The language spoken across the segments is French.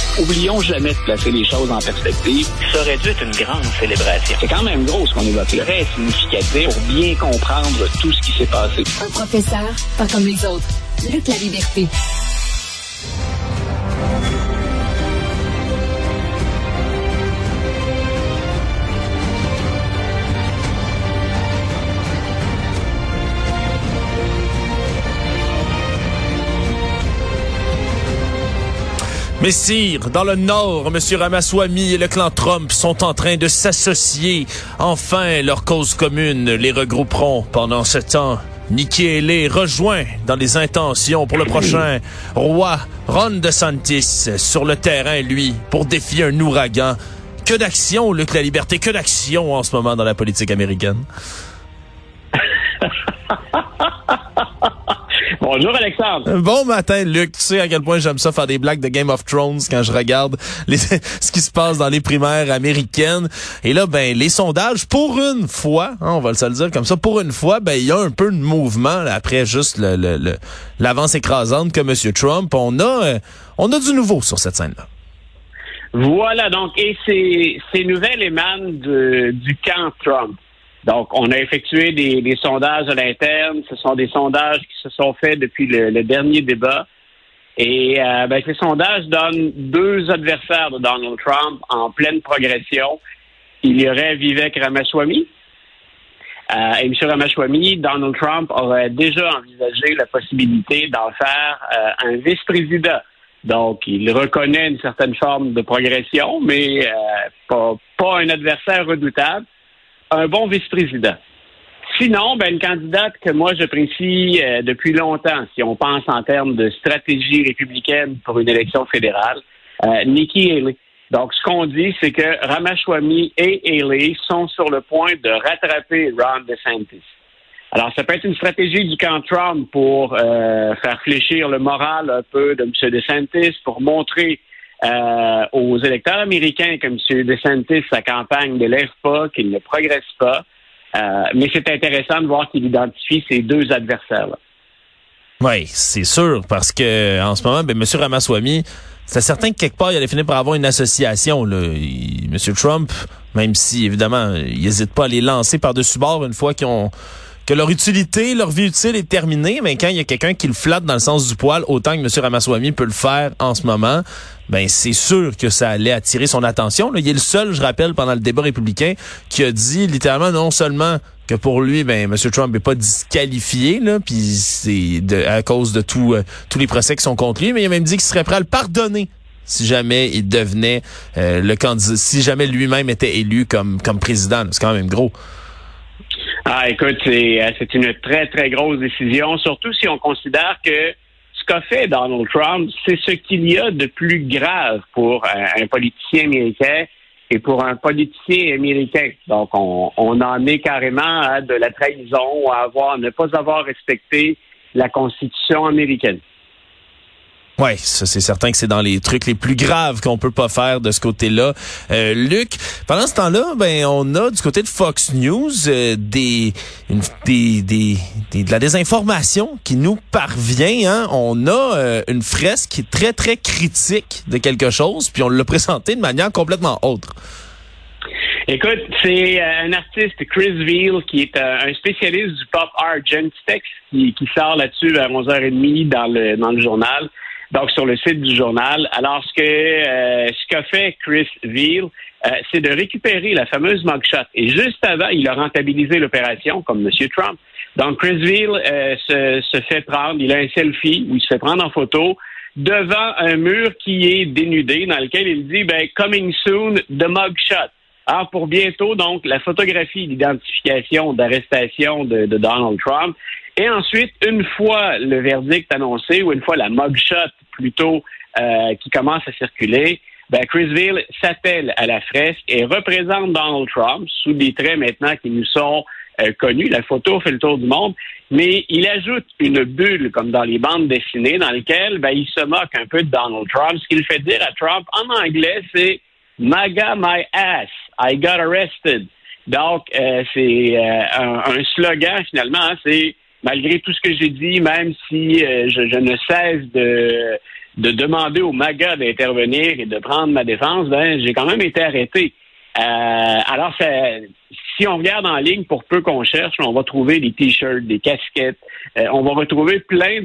Oublions jamais de placer les choses en perspective. Ça aurait dû être une grande célébration. C'est quand même gros ce qu'on évoque là. Très significatif pour bien comprendre tout ce qui s'est passé. Un professeur, pas comme les autres. Luc La Liberté. Messire, dans le Nord, M. Ramaswamy et le clan Trump sont en train de s'associer. Enfin, leur cause commune les regrouperont. Pendant ce temps, Nikki Haley rejoint dans les intentions pour le prochain roi Ron DeSantis sur le terrain, lui, pour défier un ouragan. Que d'action, Luc La Liberté, que d'action en ce moment dans la politique américaine. Bonjour Alexandre. Bon matin Luc, tu sais à quel point j'aime ça faire des blagues de Game of Thrones quand je regarde ce qui se passe dans les primaires américaines. Et là, les sondages, pour une fois, on va se le dire comme ça, pour une fois, il y a un peu de mouvement là, après juste l'avance écrasante que M. Trump. On a du nouveau sur cette scène-là. Voilà, donc, et ces nouvelles émanent du camp Trump. Donc, on a effectué des sondages à l'interne. Ce sont des sondages qui se sont faits depuis le dernier débat. Et ces sondages donnent deux adversaires de Donald Trump en pleine progression. Il y aurait Vivek Ramaswamy. Et M. Ramaswamy, Donald Trump aurait déjà envisagé la possibilité d'en faire un vice-président. Donc, il reconnaît une certaine forme de progression, mais pas un adversaire redoutable. Un bon vice-président. Sinon, une candidate que moi j'apprécie depuis longtemps, si on pense en termes de stratégie républicaine pour une élection fédérale, Nikki Haley. Donc, ce qu'on dit, c'est que Ramaswamy et Haley sont sur le point de rattraper Ron DeSantis. Alors, ça peut être une stratégie du camp Trump pour faire fléchir le moral un peu de M. DeSantis, pour montrer aux électeurs américains que M. DeSantis, sa campagne ne lève pas, qu'il ne progresse pas. Mais c'est intéressant de voir qu'il identifie ces deux adversaires-là. Oui, c'est sûr, parce que en ce moment, M. Ramaswamy, c'est certain que quelque part, il allait finir par avoir une association. M. Trump, même si, évidemment, il n'hésite pas à les lancer par-dessus bord une fois que leur utilité, leur vie utile est terminée, mais quand il y a quelqu'un qui le flatte dans le sens du poil, autant que M. Ramaswamy peut le faire en ce moment, c'est sûr que ça allait attirer son attention. Là, il est le seul, je rappelle, pendant le débat républicain, qui a dit littéralement non seulement que pour lui, M. Trump n'est pas disqualifié, puis c'est à cause de tous les procès qui sont contre lui, mais il a même dit qu'il serait prêt à le pardonner si jamais il devenait le candidat, si jamais lui-même était élu comme président. Là, c'est quand même gros. Écoute, c'est une très, très grosse décision, surtout si on considère que ce qu'a fait Donald Trump, c'est ce qu'il y a de plus grave pour un politicien américain et pour un politicien américain. Donc, on en est carrément à de la trahison ou à ne pas avoir respecté la Constitution américaine. Ouais, ça c'est certain que c'est dans les trucs les plus graves qu'on peut pas faire de ce côté-là. Luc, pendant ce temps-là, on a du côté de Fox News de la désinformation qui nous parvient. Hein? On a une fresque qui est très très critique de quelque chose, puis on l'a présenté de manière complètement autre. Écoute, c'est un artiste, Chris Veal, qui est un spécialiste du pop art Gentex, qui sort là-dessus vers 11h30 dans le journal. Donc, sur le site du journal. Alors, ce qu'a fait Chris Veal, c'est de récupérer la fameuse mugshot. Et juste avant, il a rentabilisé l'opération, comme M. Trump. Donc, Chris Veal se fait prendre, il a un selfie où il se fait prendre en photo devant un mur qui est dénudé, dans lequel il dit, coming soon, the mugshot. Alors, pour bientôt, donc, la photographie d'identification, d'arrestation de Donald Trump. Et ensuite, une fois le verdict annoncé, ou une fois la mugshot plutôt qui commence à circuler, Chris Veal s'appelle à la fresque et représente Donald Trump sous des traits maintenant qui nous sont connus. La photo fait le tour du monde, mais il ajoute une bulle, comme dans les bandes dessinées, dans lesquelles il se moque un peu de Donald Trump. Ce qu'il fait dire à Trump en anglais, c'est « MAGA my ass, I got arrested ». Donc, c'est un slogan finalement, c'est malgré tout ce que j'ai dit, même si je ne cesse de demander au MAGA d'intervenir et de prendre ma défense, j'ai quand même été arrêté. Alors, si on regarde en ligne, pour peu qu'on cherche, on va trouver des t-shirts, des casquettes, on va retrouver plein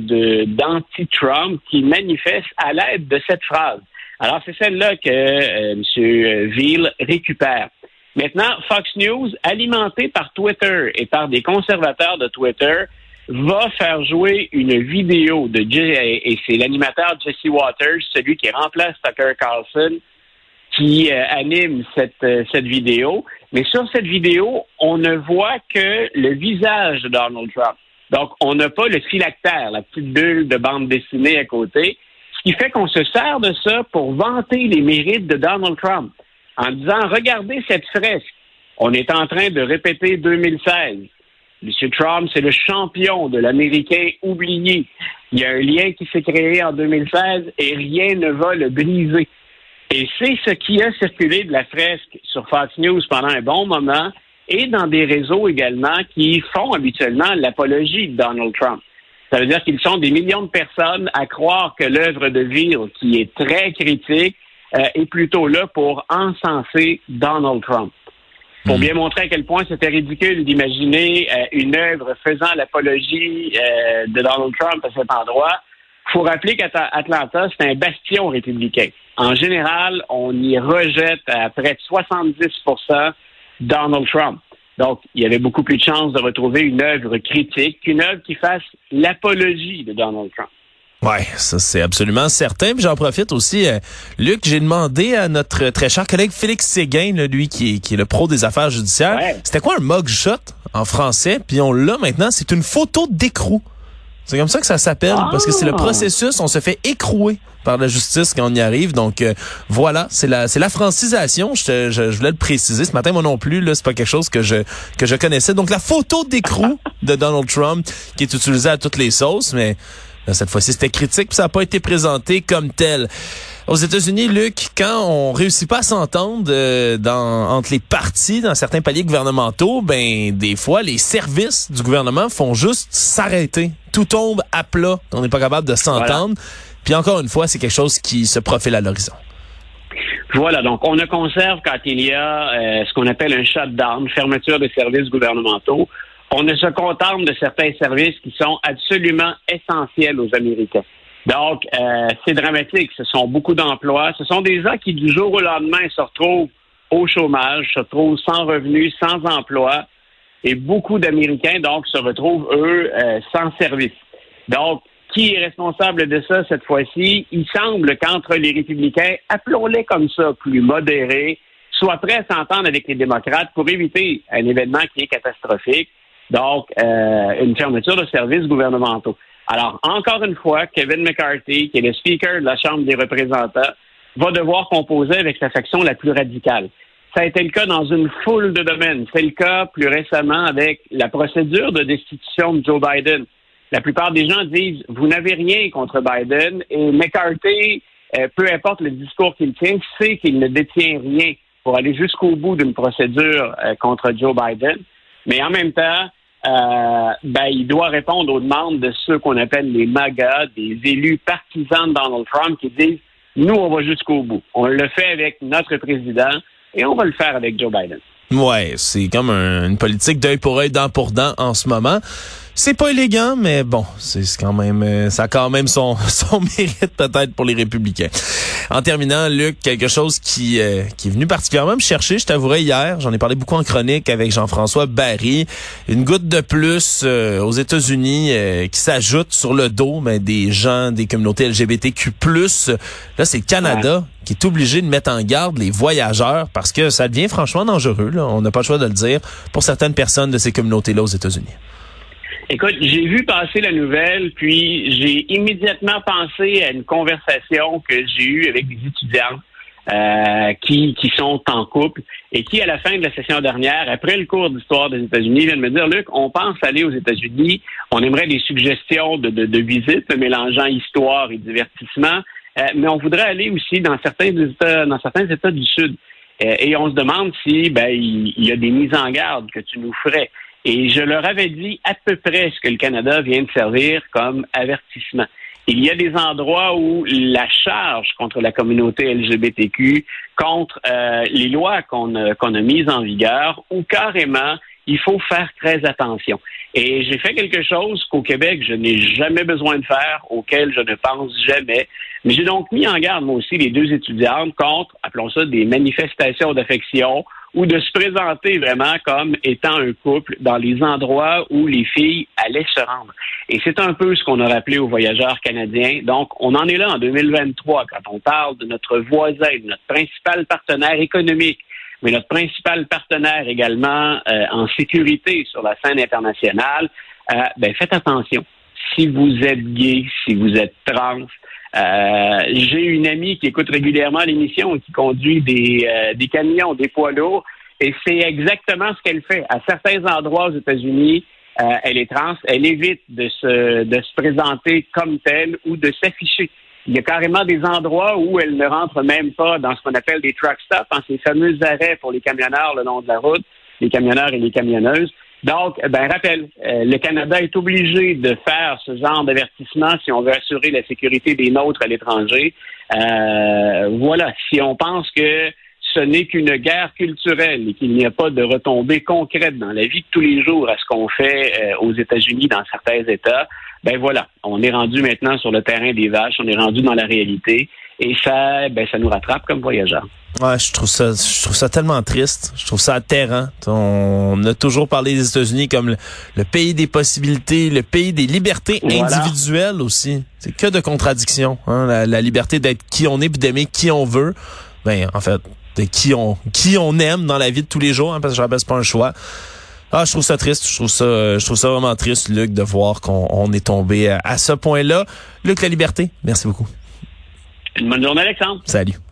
d'anti-Trump qui manifestent à l'aide de cette phrase. Alors, c'est celle-là que M. Veal récupère. Maintenant, Fox News, alimenté par Twitter et par des conservateurs de Twitter, va faire jouer une vidéo et c'est l'animateur Jesse Waters, celui qui remplace Tucker Carlson, qui anime cette vidéo. Mais sur cette vidéo, on ne voit que le visage de Donald Trump. Donc, on n'a pas le phylactère, la petite bulle de bande dessinée à côté, ce qui fait qu'on se sert de ça pour vanter les mérites de Donald Trump en disant, regardez cette fresque. On est en train de répéter 2016. M. Trump, c'est le champion de l'Américain oublié. Il y a un lien qui s'est créé en 2016 et rien ne va le briser. Et c'est ce qui a circulé de la fresque sur Fox News pendant un bon moment et dans des réseaux également qui font habituellement l'apologie de Donald Trump. Ça veut dire qu'ils sont des millions de personnes à croire que l'œuvre de Veal, qui est très critique, est plutôt là pour encenser Donald Trump. Pour bien montrer à quel point c'était ridicule d'imaginer une œuvre faisant l'apologie de Donald Trump à cet endroit, il faut rappeler qu'Atlanta, c'est un bastion républicain. En général, on y rejette à près de 70% Donald Trump. Donc, il y avait beaucoup plus de chances de retrouver une œuvre critique qu'une œuvre qui fasse l'apologie de Donald Trump. Ouais, ça c'est absolument certain. Puis j'en profite aussi, Luc, j'ai demandé à notre très cher collègue Félix Séguin, là, lui qui est le pro des affaires judiciaires, c'était quoi un mugshot en français? Puis on l'a maintenant, c'est une photo d'écrou. C'est comme ça que ça s'appelle, parce que c'est le processus, on se fait écrouer par la justice quand on y arrive. Donc voilà, c'est la francisation. Je voulais le préciser ce matin, moi non plus. Là, c'est pas quelque chose que je connaissais. Donc la photo d'écrou de Donald Trump qui est utilisée à toutes les sauces, mais là, cette fois-ci c'était critique, puis ça n'a pas été présenté comme tel. Aux États-Unis, Luc, quand on réussit pas à s'entendre entre les partis dans certains paliers gouvernementaux, des fois les services du gouvernement font juste s'arrêter. Tout tombe à plat. On n'est pas capable de s'entendre. Voilà. Puis encore une fois, c'est quelque chose qui se profile à l'horizon. Voilà, donc on ne conserve quand il y a ce qu'on appelle un shutdown, fermeture de services gouvernementaux. On ne se contente de certains services qui sont absolument essentiels aux Américains. Donc, c'est dramatique. Ce sont beaucoup d'emplois. Ce sont des gens qui, du jour au lendemain, se retrouvent au chômage, se retrouvent sans revenus, sans emploi. Et beaucoup d'Américains, donc, se retrouvent, eux, sans service. Donc, qui est responsable de ça cette fois-ci? Il semble qu'entre les républicains, appelons-les comme ça, plus modérés, soient prêts à s'entendre avec les démocrates pour éviter un événement qui est catastrophique. Donc, une fermeture de services gouvernementaux. Alors, encore une fois, Kevin McCarthy, qui est le speaker de la Chambre des représentants, va devoir composer avec sa faction la plus radicale. Ça a été le cas dans une foule de domaines. C'est le cas plus récemment avec la procédure de destitution de Joe Biden. La plupart des gens disent, vous n'avez rien contre Biden, et McCarthy, peu importe le discours qu'il tient, sait qu'il ne détient rien pour aller jusqu'au bout d'une procédure contre Joe Biden. Mais en même temps, il doit répondre aux demandes de ceux qu'on appelle les MAGA, des élus partisans de Donald Trump qui disent, nous, on va jusqu'au bout. On le fait avec notre président et on va le faire avec Joe Biden. Ouais, c'est comme une politique d'œil pour œil, dent pour dent en ce moment. C'est pas élégant, mais bon, c'est quand même, ça a quand même son mérite peut-être pour les républicains. En terminant, Luc, quelque chose qui est venu particulièrement me chercher, je t'avouerai hier, j'en ai parlé beaucoup en chronique avec Jean-François Barry, une goutte de plus aux États-Unis qui s'ajoute sur le dos des gens, des communautés LGBTQ+. Là, c'est le Canada qui est obligé de mettre en garde les voyageurs parce que ça devient franchement dangereux, là. On n'a pas le choix de le dire, pour certaines personnes de ces communautés-là aux États-Unis. Écoute, j'ai vu passer la nouvelle, puis j'ai immédiatement pensé à une conversation que j'ai eue avec des étudiants qui sont en couple et qui, à la fin de la session dernière, après le cours d'histoire des États-Unis, viennent me dire, Luc, on pense aller aux États-Unis, on aimerait des suggestions de visites mélangeant histoire et divertissement, mais on voudrait aller aussi dans certains États du Sud. Et on se demande si il y a des mises en garde que tu nous ferais. Et je leur avais dit à peu près ce que le Canada vient de servir comme avertissement. Il y a des endroits où la charge contre la communauté LGBTQ, contre les lois qu'on a mises en vigueur, où carrément, il faut faire très attention. Et j'ai fait quelque chose qu'au Québec, je n'ai jamais besoin de faire, auquel je ne pense jamais. Mais j'ai donc mis en garde, moi aussi, les deux étudiantes contre, appelons ça, des manifestations d'affection ou de se présenter vraiment comme étant un couple dans les endroits où les filles allaient se rendre. Et c'est un peu ce qu'on a rappelé aux voyageurs canadiens. Donc, on en est là en 2023 quand on parle de notre voisin, de notre principal partenaire économique, mais notre principal partenaire également en sécurité sur la scène internationale. Faites attention. Si vous êtes gay, si vous êtes trans, j'ai une amie qui écoute régulièrement l'émission et qui conduit des camions, des poids lourds, et c'est exactement ce qu'elle fait. À certains endroits aux États-Unis, elle est trans, elle évite de se présenter comme telle ou de s'afficher. Il y a carrément des endroits où elle ne rentre même pas dans ce qu'on appelle des truck stops, ces fameux arrêts pour les camionneurs le long de la route, les camionneurs et les camionneuses. Donc, rappel, le Canada est obligé de faire ce genre d'avertissement si on veut assurer la sécurité des nôtres à l'étranger. Voilà, si on pense que ce n'est qu'une guerre culturelle et qu'il n'y a pas de retombées concrètes dans la vie de tous les jours à ce qu'on fait aux États-Unis dans certains États, voilà, on est rendu maintenant sur le terrain des vaches, on est rendu dans la réalité et ça nous rattrape comme voyageurs. Ouais, je trouve ça tellement triste. Je trouve ça atterrant. On a toujours parlé des États-Unis comme le pays des possibilités, le pays des libertés individuelles aussi. C'est que de contradictions, hein, la liberté d'être qui on est puis d'aimer qui on veut. En fait, de qui on aime dans la vie de tous les jours, hein, parce que je rappelle, c'est pas un choix. Je trouve ça triste. Je trouve ça vraiment triste, Luc, de voir qu'on est tombé à ce point-là. Luc La Liberté, merci beaucoup. Une bonne journée, Alexandre. Salut.